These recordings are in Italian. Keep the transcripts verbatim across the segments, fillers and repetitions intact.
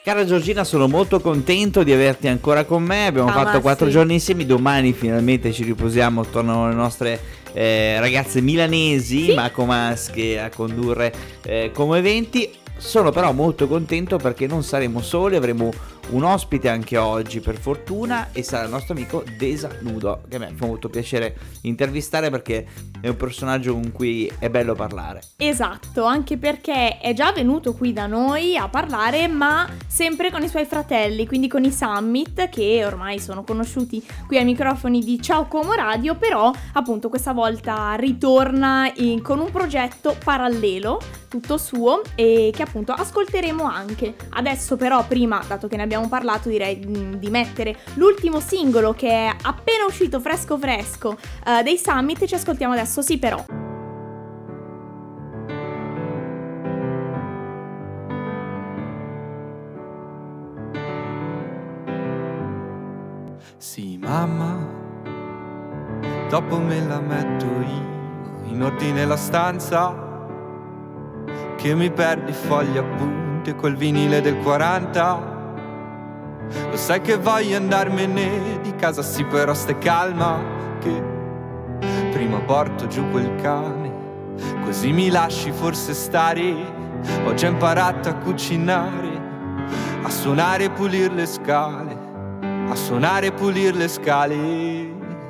Cara Giorgina, sono molto contento di averti ancora con me. Abbiamo Ah, fatto ma quattro sì. giorni insieme. Domani finalmente ci riposiamo. Tornano le nostre eh, ragazze milanesi, Sì. Marco Maschi, a condurre eh, come eventi. Sono però molto contento perché non saremo soli, avremo un ospite anche oggi per fortuna, e sarà il nostro amico Desanudo, che a me fa molto piacere intervistare perché è un personaggio con cui è bello parlare. Esatto, anche perché è già venuto qui da noi a parlare, ma sempre con i suoi fratelli, quindi con i Summit, che ormai sono conosciuti qui ai microfoni di Ciao Como Radio, però appunto questa volta ritorna in- con un progetto parallelo, tutto suo, e che appunto ascolteremo anche. Adesso però, prima, dato che ne abbiamo parlato, direi mm, di mettere l'ultimo singolo che è appena uscito fresco fresco eh, dei Summit, e ci ascoltiamo adesso Sì però. Sì, mamma, dopo me la metto io in ordine la stanza, che mi perdi fogli appunti col vinile del quaranta. Lo sai che voglio andarmene di casa, sì, però stai calma, che prima porto giù quel cane, così mi lasci forse stare. Ho già imparato a cucinare, a suonare e pulir le scale, a suonare e pulir le scale.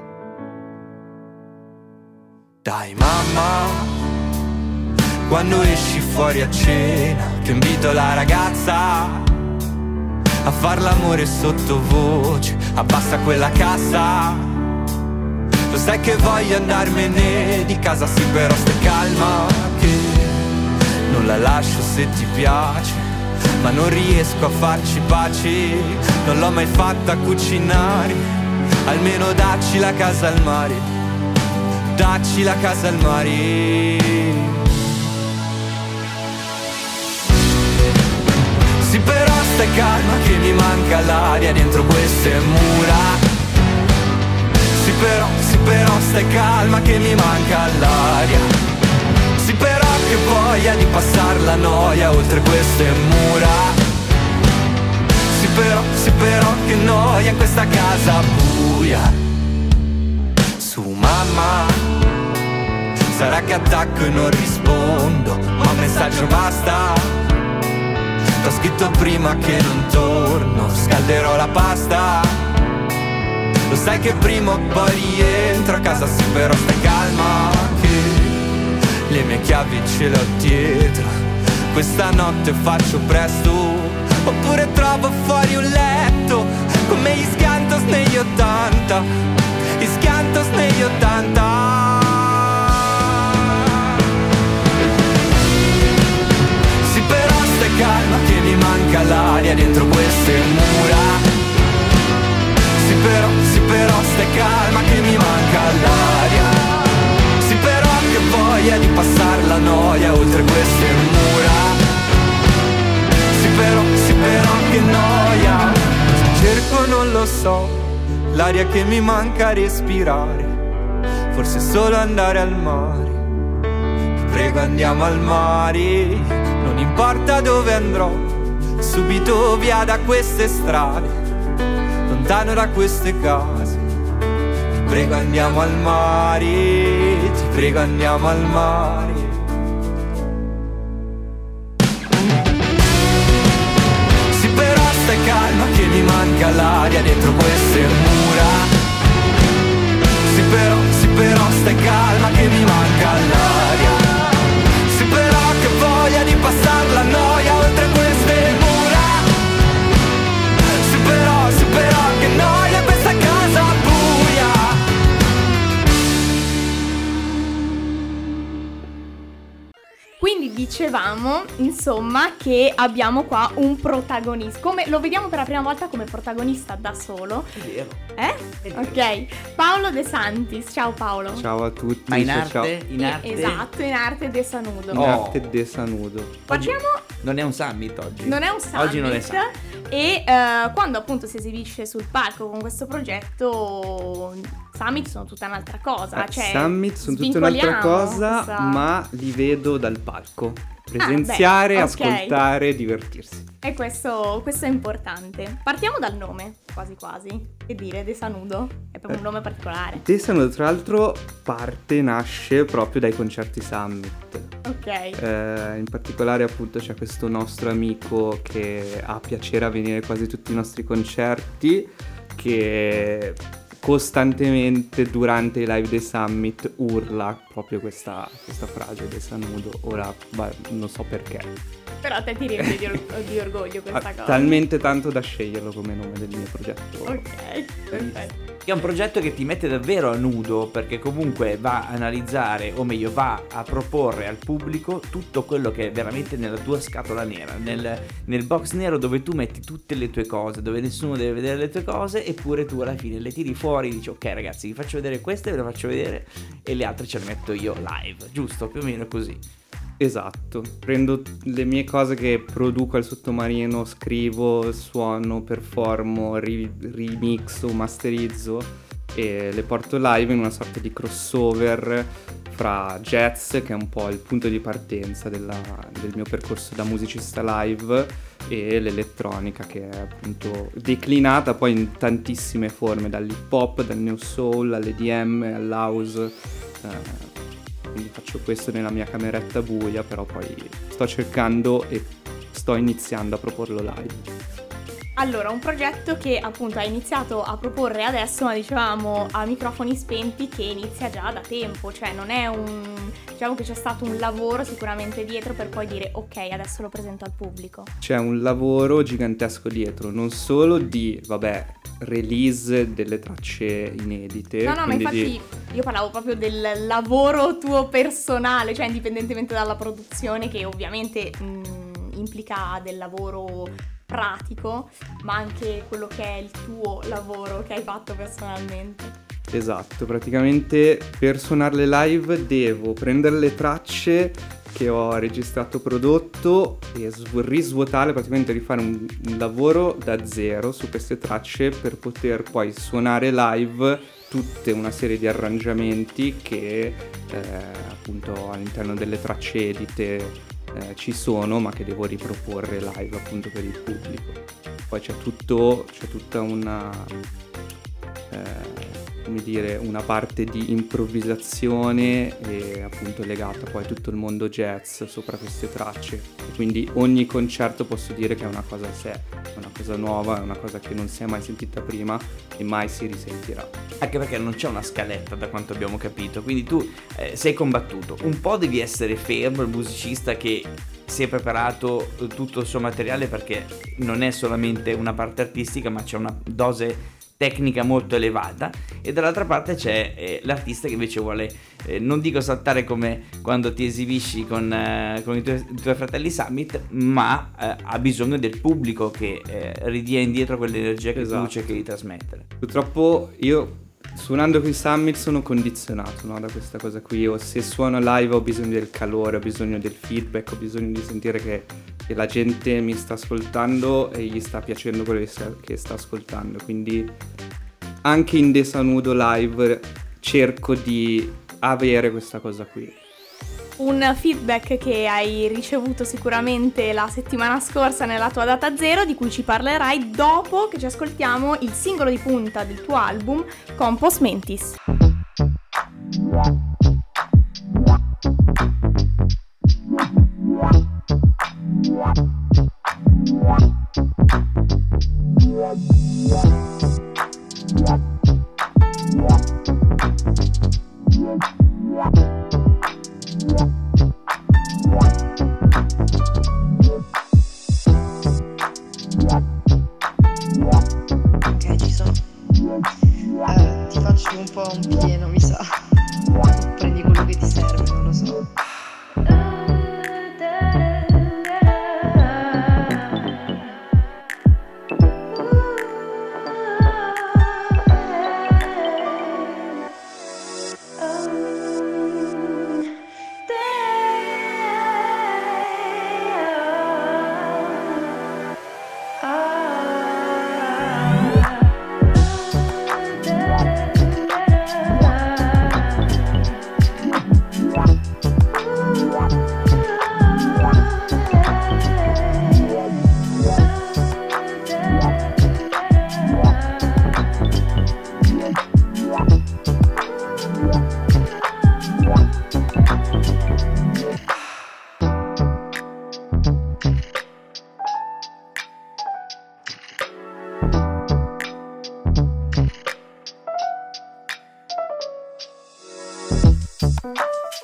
Dai mamma, quando esci fuori a cena, ti invito la ragazza a far l'amore sottovoce, abbassa quella cassa. Lo sai che voglio andarmene di casa, sì, però stai calma, che non la lascio se ti piace, ma non riesco a farci pace. Non l'ho mai fatta cucinare, almeno dacci la casa al mare, dacci la casa al mare. Sì, però stai calma che mi manca l'aria dentro queste mura. Sì però, sì però stai calma che mi manca l'aria. Sì però che voglia di passar la noia oltre queste mura. Sì però, sì però che noia in questa casa buia. Su mamma, sarà che attacco e non rispondo, ma un messaggio basta. T'ho scritto prima che non torno, scalderò la pasta. Lo sai che prima o poi rientro a casa, sì, però stai calma che le mie chiavi ce le ho dietro. Questa notte faccio presto, oppure trovo fuori un letto come gli Scantos negli ottanta, gli Scantos negli ottanta. Sì però stai calma che mi manca l'aria dentro queste mura. Sì però, sì però stai calma che mi manca l'aria. Sì però che voglia di passar la noia oltre queste mura. Sì però, sì però che noia. Cerco non lo so, l'aria che mi manca a respirare. Forse solo andare al mare. Ti prego andiamo al mare. Non importa dove andrò, subito via da queste strade, lontano da queste case. Ti prego andiamo al mare, ti prego andiamo al mare. Sì però stai calma che mi manca l'aria dentro queste mura. Sì però, sì però stai calma che mi manca l'aria. Sì però che voglia di passar la noia oltre queste mura. Sì però, sì però che noia questa casa buia. Quindi dicevamo, insomma, che abbiamo qua un protagonista. Come lo vediamo per la prima volta come protagonista da solo. È vero. Eh? È vero. Ok. Paolo De Santis. Ciao Paolo. Ciao a tutti. Ma in ciao, arte? ciao. In Eh, arte? Esatto, in arte Desanudo. In Oh. arte Desanudo. Partiamo. Non è un summit oggi. Non è un summit. Oggi non è summit. E eh, quando appunto si esibisce sul palco con questo progetto Summit sono tutta un'altra cosa. Eh, Cioè, Summit sono tutta un'altra cosa, questa... ma li vedo dal palco. Presenziare, ah, beh, okay. ascoltare, divertirsi. E questo, questo è importante. Partiamo dal nome, quasi quasi. Che dire, Desanudo? È proprio un nome particolare. Desanudo, tra l'altro, parte, nasce proprio dai concerti Summit. Ok. Eh, in particolare, appunto, c'è questo nostro amico che ha piacere a venire a quasi tutti i nostri concerti, che costantemente durante i live dei Summit urla proprio questa, questa frase Desanudo. Ora va, non so perché, però a te ti riempie di, or- di orgoglio questa ah, cosa. Talmente tanto da sceglierlo come nome del mio progetto. Ok, perfetto. È un progetto che ti mette davvero a nudo, perché comunque va a analizzare, o meglio va a proporre al pubblico tutto quello che è veramente nella tua scatola nera, nel, nel box nero dove tu metti tutte le tue cose, dove nessuno deve vedere le tue cose, eppure tu alla fine le tiri fuori e dici ok ragazzi vi faccio vedere queste, ve le faccio vedere e le altre ce le metto io live, giusto? Più o meno così. Esatto, prendo le mie cose che produco al sottomarino, scrivo, suono, performo, ri- remixo, masterizzo e le porto live in una sorta di crossover fra jazz, che è un po' il punto di partenza della, del mio percorso da musicista live, e l'elettronica, che è appunto declinata poi in tantissime forme, dall'hip hop, dal new soul all'E D M, all'house. Eh, quindi faccio questo nella mia cameretta buia, però poi sto cercando e sto iniziando a proporlo live. Allora, un progetto che appunto hai iniziato a proporre adesso, ma dicevamo a microfoni spenti, che inizia già da tempo, cioè non è un... diciamo che c'è stato un lavoro sicuramente dietro per poi dire ok, adesso lo presento al pubblico. C'è un lavoro gigantesco dietro, non solo di, vabbè, release delle tracce inedite. No, no, ma infatti di... io parlavo proprio del lavoro tuo personale, cioè indipendentemente dalla produzione, che ovviamente mh, implica del lavoro pratico, ma anche quello che è il tuo lavoro che hai fatto personalmente. Esatto, praticamente per suonarle live devo prendere le tracce che ho registrato, prodotto, e sv- risvuotarle, praticamente rifare un, un lavoro da zero su queste tracce per poter poi suonare live tutte una serie di arrangiamenti che eh, appunto all'interno delle tracce edite Eh, ci sono, ma che devo riproporre live appunto per il pubblico. Poi c'è tutto, c'è tutta una eh, come dire, una parte di improvvisazione e appunto legata poi a tutto il mondo jazz sopra queste tracce, e quindi ogni concerto posso dire che è una cosa a sé, è una cosa nuova, è una cosa che non si è mai sentita prima e mai si risentirà. Anche perché non c'è una scaletta, da quanto abbiamo capito, quindi tu eh, sei combattuto, un po' devi essere fermo, il musicista che si è preparato tutto il suo materiale, perché non è solamente una parte artistica ma c'è una dose tecnica molto elevata, e dall'altra parte c'è eh, l'artista che invece vuole eh, non dico saltare come quando ti esibisci con, eh, con i, tuoi, i tuoi fratelli Summit, ma eh, ha bisogno del pubblico che eh, ridia indietro quell'energia che esatto. tu cerchi di trasmettere. Purtroppo io suonando qui Summit sono condizionato, no, da questa cosa qui. Io se suono live ho bisogno del calore, ho bisogno del feedback, ho bisogno di sentire che, che la gente mi sta ascoltando e gli sta piacendo quello che sta, che sta ascoltando. Quindi anche in Desanudo live cerco di avere questa cosa qui. Un feedback che hai ricevuto sicuramente la settimana scorsa nella tua data zero, di cui ci parlerai dopo che ci ascoltiamo il singolo di punta del tuo album, Compos Mentis. Ok, ci sono. Eh, ti faccio un po' un pieno, mi sa. Prendi quello che ti serve, non lo so.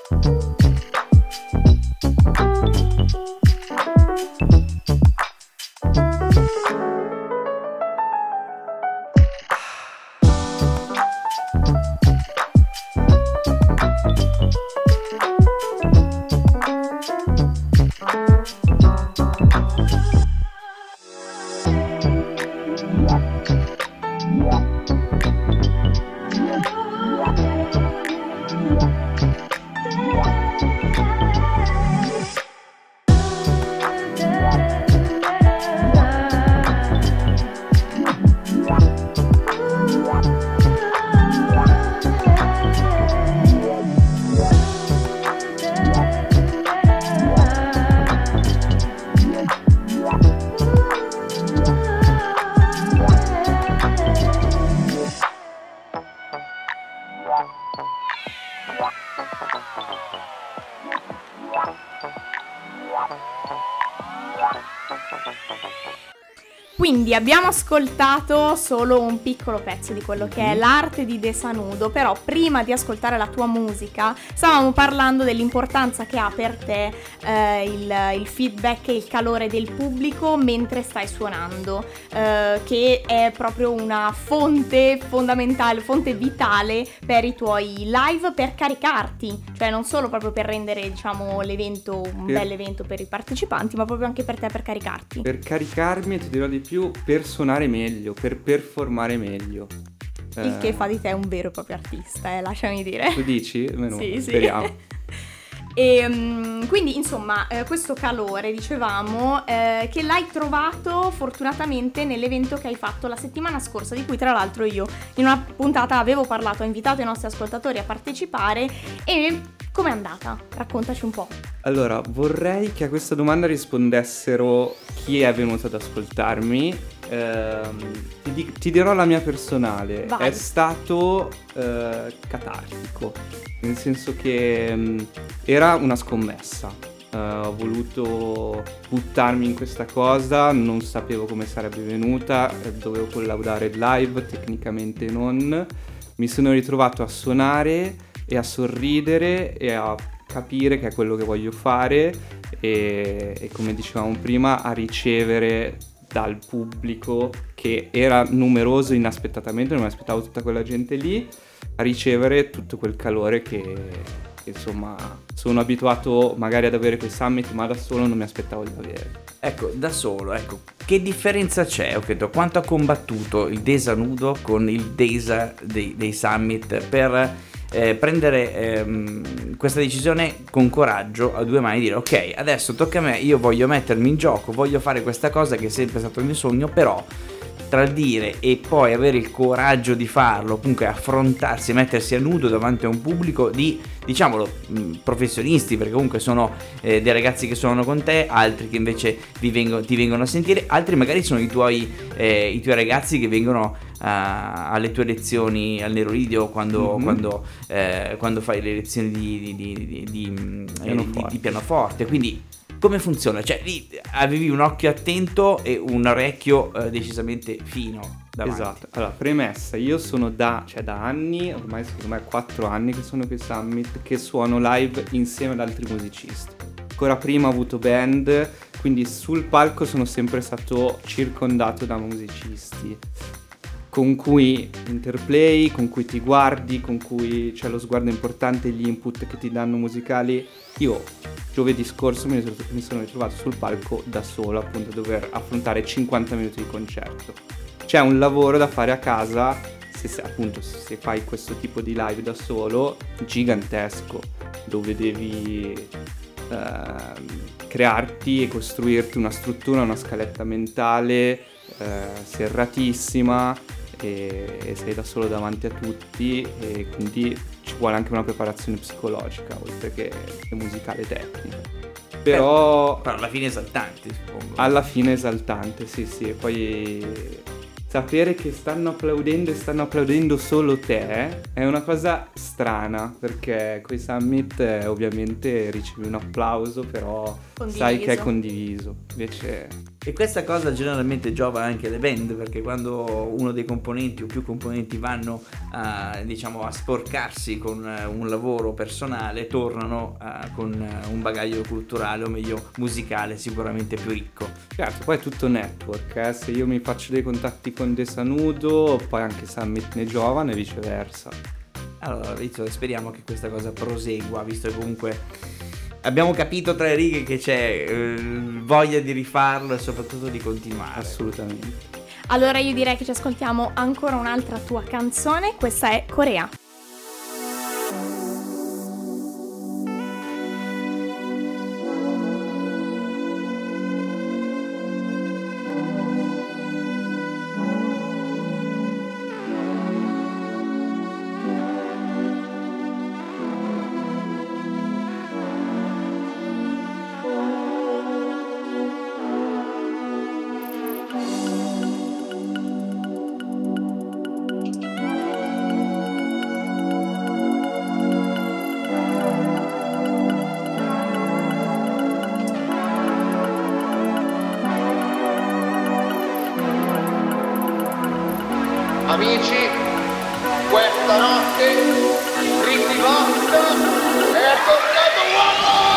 Quindi abbiamo ascoltato solo un piccolo pezzo di quello che è l'arte di Desanudo, però prima di ascoltare la tua musica stavamo parlando dell'importanza che ha per te eh, il, il feedback e il calore del pubblico mentre stai suonando, eh, che è proprio una fonte fondamentale, fonte vitale per i tuoi live, per caricarti, cioè non solo proprio per rendere, diciamo, l'evento un Per- bel evento per i partecipanti, ma proprio anche per te, per caricarti. Per caricarmi, e ti dirò di più, per suonare meglio, per performare meglio. Il Eh, che fa di te un vero e proprio artista, eh, lasciami dire. Tu dici? Almeno Sì, sì. speriamo. E mm, quindi insomma eh, questo calore, dicevamo, eh, che l'hai trovato fortunatamente nell'evento che hai fatto la settimana scorsa, di cui tra l'altro io in una puntata avevo parlato, ho invitato i nostri ascoltatori a partecipare. E com'è andata? Raccontaci un po'. Allora, vorrei che a questa domanda rispondessero chi è venuto ad ascoltarmi. Ehm, ti, di- ti dirò la mia personale. Vai. È stato eh, catartico, nel senso che mh, era una scommessa. Eh, ho voluto buttarmi in questa cosa, non sapevo come sarebbe venuta, eh, dovevo collaudare live, tecnicamente non. Mi sono ritrovato a suonare e a sorridere e a capire che è quello che voglio fare e, e come dicevamo prima, a ricevere dal pubblico, che era numeroso inaspettatamente, non mi aspettavo tutta quella gente lì, a ricevere tutto quel calore che, che insomma sono abituato magari ad avere quei summit, ma da solo non mi aspettavo di avere. Ecco, da solo, ecco, che differenza c'è? Ho detto, quanto ha combattuto il Desanudo con il Desa dei, dei Summit per eh, prendere ehm, questa decisione con coraggio a due mani, dire ok, adesso tocca a me, io voglio mettermi in gioco, voglio fare questa cosa che è sempre stato il mio sogno, però tra il dire e poi avere il coraggio di farlo, comunque affrontarsi, mettersi a nudo davanti a un pubblico di, diciamolo, mh, professionisti, perché comunque sono eh, dei ragazzi che suonano con te, altri che invece vi vengono, ti vengono a sentire, altri magari sono i tuoi, eh, i tuoi ragazzi che vengono a, alle tue lezioni al Neurolidio quando, Mhm. quando, eh, quando fai le lezioni di, di, di, di, di, mh, eh, di- Pianoforte. di pianoforte, quindi come funziona? Cioè lì avevi un occhio attento e un orecchio eh, decisamente fino davanti. Esatto, allora premessa, io sono da, cioè da anni, ormai secondo me quattro anni che sono qui Summit, che suono live insieme ad altri musicisti. Ancora prima ho avuto band, quindi sul palco sono sempre stato circondato da musicisti con cui interplay, con cui ti guardi, con cui c'è lo sguardo importante, gli input che ti danno musicali. Io giovedì scorso mi sono, mi sono ritrovato sul palco da solo, appunto, a dover affrontare cinquanta minuti di concerto. C'è un lavoro da fare a casa, se, se appunto se fai questo tipo di live da solo, gigantesco, dove devi ehm, crearti e costruirti una struttura, una scaletta mentale eh, serratissima, e, e sei da solo davanti a tutti, e quindi ci vuole anche una preparazione psicologica oltre che, che musicale tecnica. Però Però alla fine esaltanti, suppongo. alla fine esaltante, sì sì, e poi sapere che stanno applaudendo e stanno applaudendo solo te è una cosa strana, perché coi summit eh, ovviamente ricevi un applauso, però Condiviso. sai che è condiviso. Invece E questa cosa generalmente giova anche alle band, perché quando uno dei componenti o più componenti vanno a, diciamo, a sporcarsi con un lavoro personale, tornano a, con un bagaglio culturale, o meglio musicale, sicuramente più ricco. Certo, poi è tutto network, eh? Se io mi faccio dei contatti con Desanudo, poi anche Summit ne giovane e viceversa. Allora, speriamo che questa cosa prosegua, visto che comunque abbiamo capito tra le righe che c'è eh, voglia di rifarlo e soprattutto di continuare. Assolutamente. Allora io direi che ci ascoltiamo ancora un'altra tua canzone, questa è Corea. Amici, questa notte Ricky Box è tornato uomo!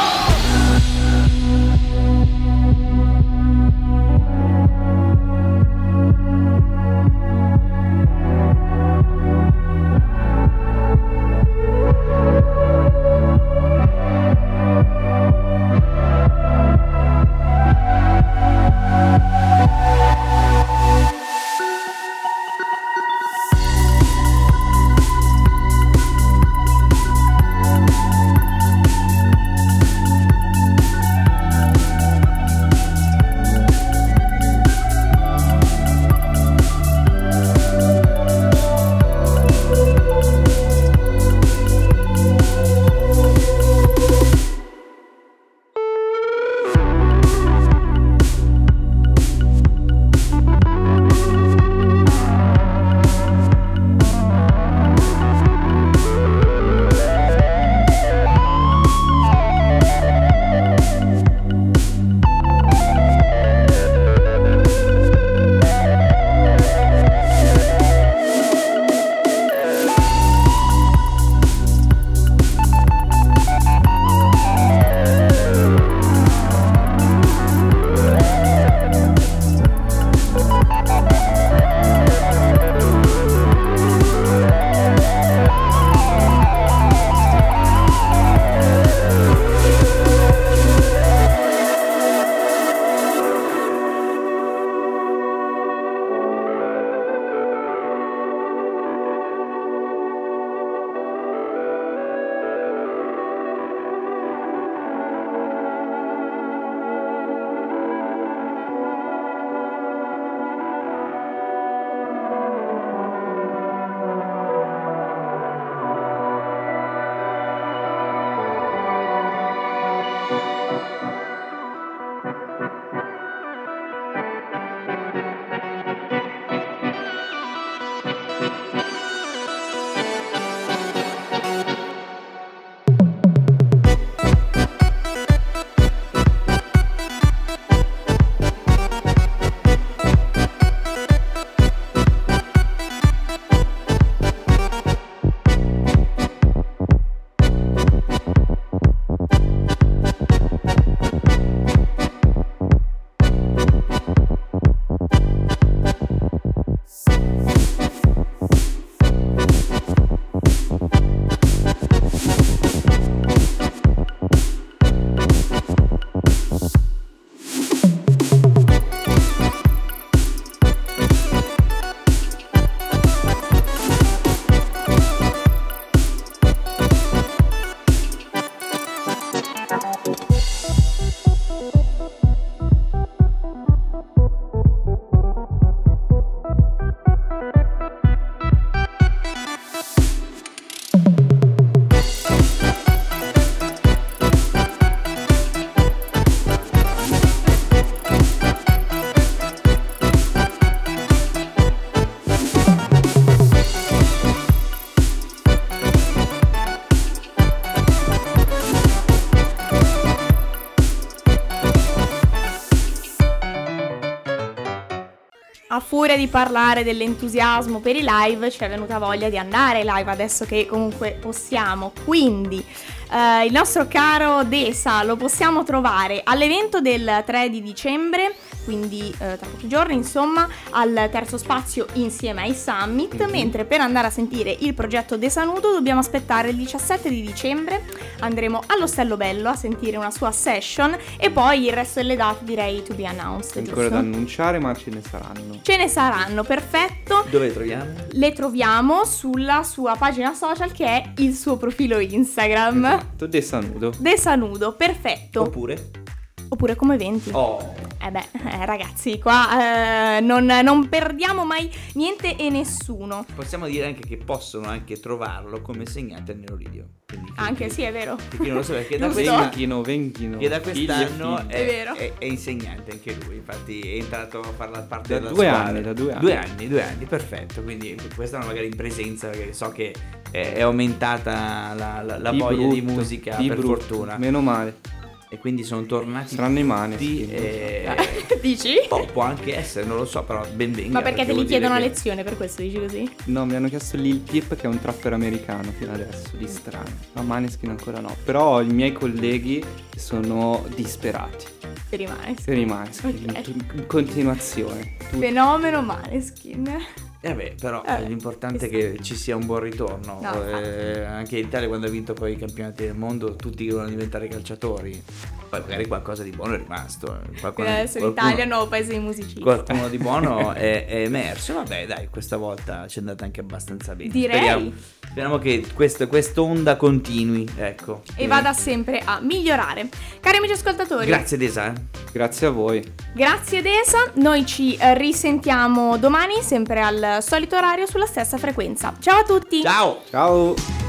a furia di parlare dell'entusiasmo per i live ci è venuta voglia di andare ai live adesso che comunque possiamo, quindi uh, il nostro caro Desa lo possiamo trovare all'evento del tre di dicembre, quindi uh, tra pochi giorni insomma, al Terzo Spazio insieme ai Summit, mm-hmm. mentre per andare a sentire il progetto Desa Nudo dobbiamo aspettare il diciassette di dicembre, andremo all'Ostello Bello a sentire una sua session e poi il resto delle date direi to be announced, ancora giusto? da annunciare, ma ce ne saranno. Ce ne saranno, perfetto. Dove le troviamo? Le troviamo sulla sua pagina social che è il suo profilo Instagram. Esatto, Desa Nudo. Desa Nudo, perfetto. Oppure? Oppure come eventi. Oh. Eh beh, eh, ragazzi, qua eh, non, non perdiamo mai niente e nessuno. Possiamo dire anche che possono anche trovarlo come segnante nell'Oridio. Anche sì, è vero. Chi non lo sa perché da Giusto. quest'anno, Venchino, venchino. che da quest'anno Figli e è, È vero. è, è insegnante anche lui. Infatti è entrato a fare la parte Da della due squadra. anni, da due anni. Due anni, due anni, perfetto. Quindi quest'anno magari in presenza, perché so che è, è aumentata la, la, la Di voglia di brutto, musica, di per brutto. fortuna. Meno male. E quindi sono tornati Saranno i mani. tutti e... Dici? Oh, può anche essere, non lo so, però ben venga. Ma perché te li vuol dire chiedono a che- lezione, per questo dici così? No, mi hanno chiesto Lil Peep, che è un trapper americano fino adesso, di strano. Ma Maneskin ancora no. Però i miei colleghi sono disperati Ti rimane. per i Maneskin, Ok. in, in continuazione. Tutti. Fenomeno Maneskin. Eh beh, però Eh, l'importante è ci che ci sia un buon ritorno. No, Eh, anche in Italia quando ha vinto poi i campionati del mondo tutti volevano diventare calciatori. Poi magari qualcosa di buono è rimasto. eh. Qualcuno, Adesso in qualcuno- Italia è un nuovo paese di musicisti. Qualcuno di buono è, è emerso. Vabbè, dai, questa volta ci è andata anche abbastanza bene. Direi. Speriamo, speriamo che questa quest'onda continui. Ecco. E vada sempre a migliorare. Cari amici ascoltatori, Grazie Desa. eh. Grazie a voi. grazie Desa, noi ci eh, risentiamo domani sempre al solito orario sulla stessa frequenza. Ciao a tutti! Ciao. Ciao.